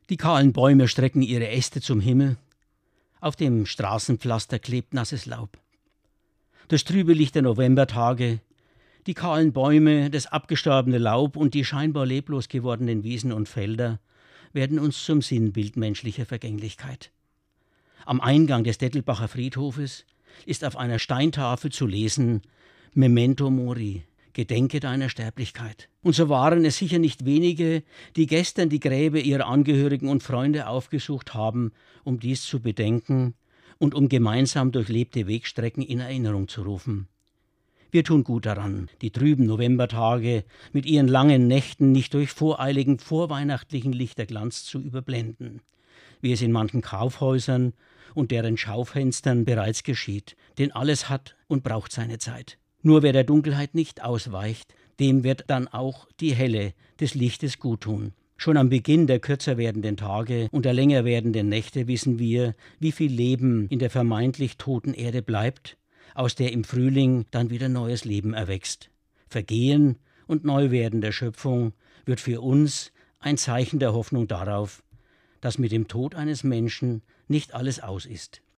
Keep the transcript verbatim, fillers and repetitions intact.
Die kahlen Bäume strecken ihre Äste zum Himmel. Auf dem Straßenpflaster klebt nasses Laub. Das trübe Licht der Novembertage, die kahlen Bäume, das abgestorbene Laub und die scheinbar leblos gewordenen Wiesen und Felder werden uns zum Sinnbild menschlicher Vergänglichkeit. Am Eingang des Dettelbacher Friedhofes ist auf einer Steintafel zu lesen: Memento mori, gedenke deiner Sterblichkeit. Und so waren es sicher nicht wenige, die gestern die Gräber ihrer Angehörigen und Freunde aufgesucht haben, um dies zu bedenken und um gemeinsam durchlebte Wegstrecken in Erinnerung zu rufen. Wir tun gut daran, die trüben Novembertage mit ihren langen Nächten nicht durch voreiligen vorweihnachtlichen Lichterglanz zu überblenden, wie es in manchen Kaufhäusern und deren Schaufenstern bereits geschieht, denn alles hat und braucht seine Zeit. Nur wer der Dunkelheit nicht ausweicht, dem wird dann auch die Helle des Lichtes guttun. Schon am Beginn der kürzer werdenden Tage und der länger werdenden Nächte wissen wir, wie viel Leben in der vermeintlich toten Erde bleibt, aus der im Frühling dann wieder neues Leben erwächst. Vergehen und Neuwerden der Schöpfung wird für uns ein Zeichen der Hoffnung darauf, dass mit dem Tod eines Menschen nicht alles aus ist.